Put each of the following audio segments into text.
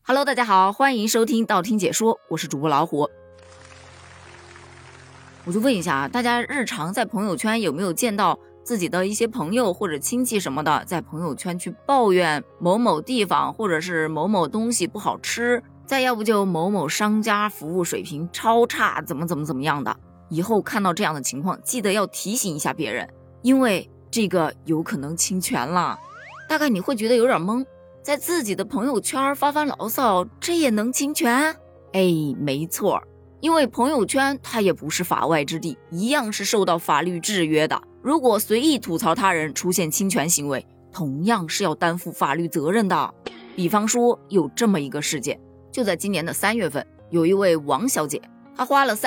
Hello， 大家好，欢迎收听道听解说，我是主播老虎。我就问一下大家日常在朋友圈有没有见到自己的一些朋友或者亲戚什么的，在朋友圈去抱怨某某地方或者是某某东西不好吃，再要不就某某商家服务水平超差，怎么样的。以后看到这样的情况，记得要提醒一下别人，因为这个有可能侵权了。大概你会觉得有点懵，在自己的朋友圈发牢骚，这也能侵权？没错，因为朋友圈它也不是法外之地，一样是受到法律制约的。如果随意吐槽他人出现侵权行为，同样是要担负法律责任的。比方说有这么一个事件，就在今年的3月份，有一位王小姐，她花了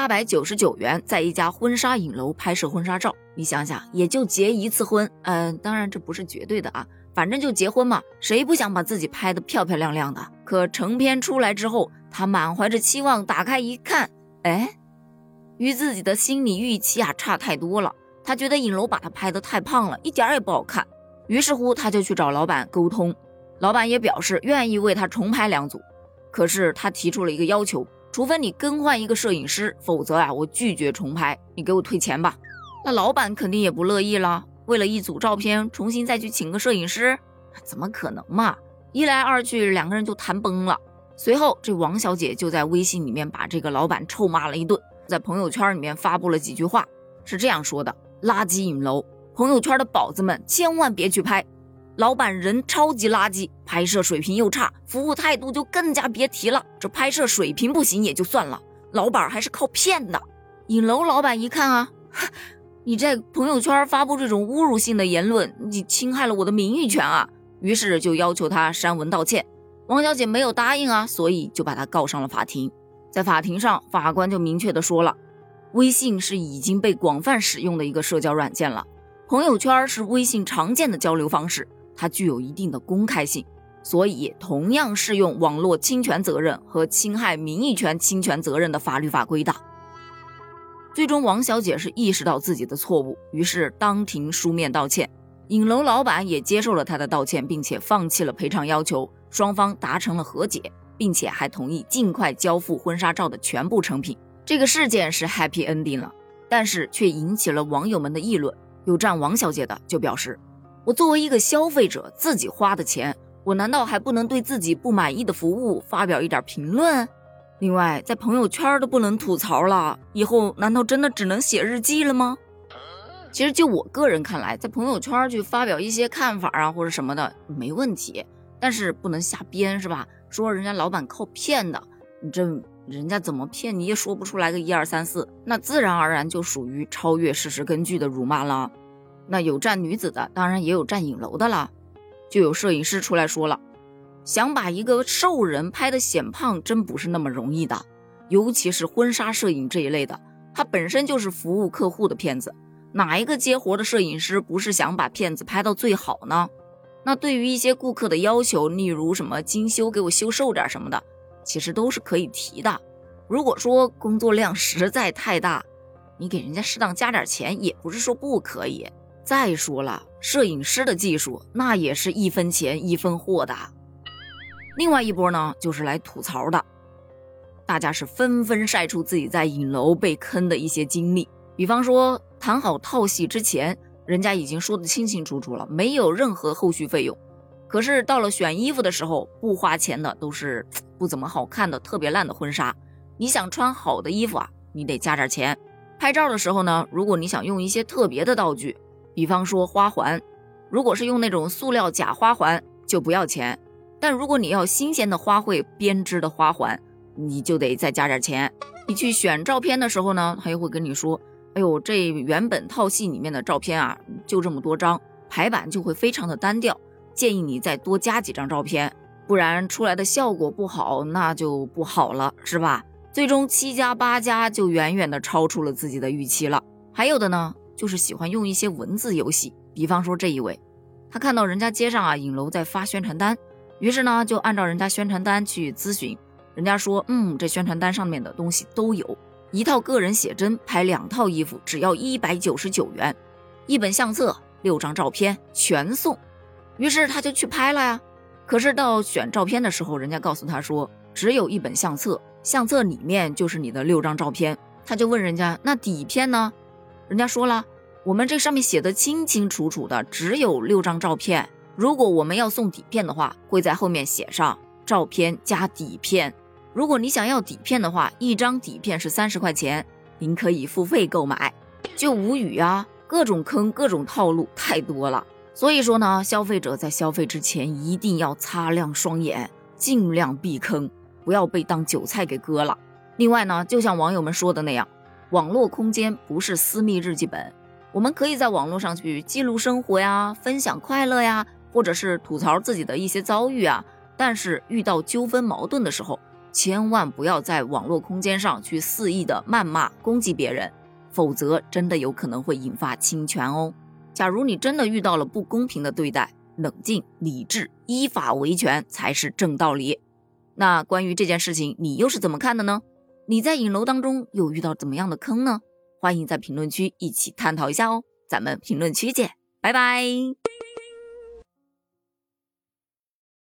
3899元在一家婚纱影楼拍摄婚纱照。你想想，也就结一次婚，当然这不是绝对的啊，反正就结婚嘛，谁不想把自己拍得漂漂亮亮的？可成片出来之后，她满怀着期望打开一看，与自己的心理预期差太多了。她觉得影楼把她拍得太胖了，一点也不好看。于是乎，她就去找老板沟通，老板也表示愿意为她重拍2组。可是她提出了一个要求，除非你更换一个摄影师，否则我拒绝重拍，你给我退钱吧。那老板肯定也不乐意了，为了1组照片重新再去请个摄影师，怎么可能嘛？一来二去2个人就谈崩了。随后这王小姐就在微信里面把这个老板臭骂了一顿，在朋友圈里面发布了几句话，是这样说的：垃圾影楼，朋友圈的宝子们千万别去拍，老板人超级垃圾，拍摄水平又差，服务态度就更加别提了。这拍摄水平不行也就算了，老板还是靠骗的。影楼老板一看你在朋友圈发布这种侮辱性的言论，你侵害了我的名誉权啊！于是就要求他删文道歉。王小姐没有答应所以就把他告上了法庭。在法庭上，法官就明确的说了，微信是已经被广泛使用的一个社交软件了，朋友圈是微信常见的交流方式，它具有一定的公开性，所以同样适用网络侵权责任和侵害名誉权侵权责任的法律法规的。最终王小姐是意识到自己的错误，于是当庭书面道歉，影楼老板也接受了她的道歉，并且放弃了赔偿要求，双方达成了和解，并且还同意尽快交付婚纱照的全部成品。这个事件是 happy ending 了，但是却引起了网友们的议论。有站王小姐的就表示，我作为一个消费者，自己花的钱，我难道还不能对自己不满意的服务发表一点评论？另外，在朋友圈都不能吐槽了，以后难道真的只能写日记了吗？其实就我个人看来，在朋友圈去发表一些看法或者什么的没问题，但是不能瞎编，是吧？说人家老板靠骗的，你这人家怎么骗你也说不出来个1、2、3、4，那自然而然就属于超越事实根据的辱骂了。那有站女子的，当然也有站影楼的了。就有摄影师出来说了，想把一个瘦人拍得显胖真不是那么容易的，尤其是婚纱摄影这一类的，它本身就是服务客户的片子，哪一个接活的摄影师不是想把片子拍到最好呢？那对于一些顾客的要求，例如什么精修给我修瘦点什么的，其实都是可以提的。如果说工作量实在太大，你给人家适当加点钱也不是说不可以。再说了，摄影师的技术那也是1分钱1分货的。另外一波呢，就是来吐槽的，大家是纷纷晒出自己在影楼被坑的一些经历。比方说谈好套戏之前，人家已经说得清清楚楚了，没有任何后续费用，可是到了选衣服的时候，不花钱的都是不怎么好看的特别烂的婚纱。你想穿好的衣服你得加点钱。拍照的时候呢，如果你想用一些特别的道具，比方说花环，如果是用那种塑料假花环就不要钱，但如果你要新鲜的花卉编织的花环，你就得再加点钱。你去选照片的时候呢，他又会跟你说，这原本套系里面的照片就这么多张，排版就会非常的单调，建议你再多加几张照片，不然出来的效果不好，那就不好了，是吧？最终7加8加就远远的超出了自己的预期了。还有的呢，就是喜欢用一些文字游戏，比方说这一位，他看到人家街上影楼在发宣传单，于是呢就按照人家宣传单去咨询，人家说这宣传单上面的东西都有，1套个人写真拍2套衣服只要199元，1本相册6张照片全送。于是他就去拍了呀。 可是到选照片的时候，人家告诉他说只有一本相册，相册里面就是你的6张照片。他就问人家，那底片呢？人家说了，我们这上面写的清清楚楚的，只有6张照片。如果我们要送底片的话，会在后面写上照片加底片。如果你想要底片的话，一张底片是30块钱，您可以付费购买。就无语啊，各种坑各种套路太多了。所以说呢，消费者在消费之前一定要擦亮双眼，尽量避坑，不要被当韭菜给割了。另外呢，就像网友们说的那样，网络空间不是私密日记本，我们可以在网络上去记录生活呀，分享快乐呀，或者是吐槽自己的一些遭遇啊。但是遇到纠纷矛盾的时候，千万不要在网络空间上去肆意的谩骂攻击别人，否则真的有可能会引发侵权哦。假如你真的遇到了不公平的对待，冷静理智，依法维权才是正道理。那关于这件事情，你又是怎么看的呢？你在影楼当中有遇到怎么样的坑呢？欢迎在评论区一起探讨一下哦。咱们评论区见，拜拜。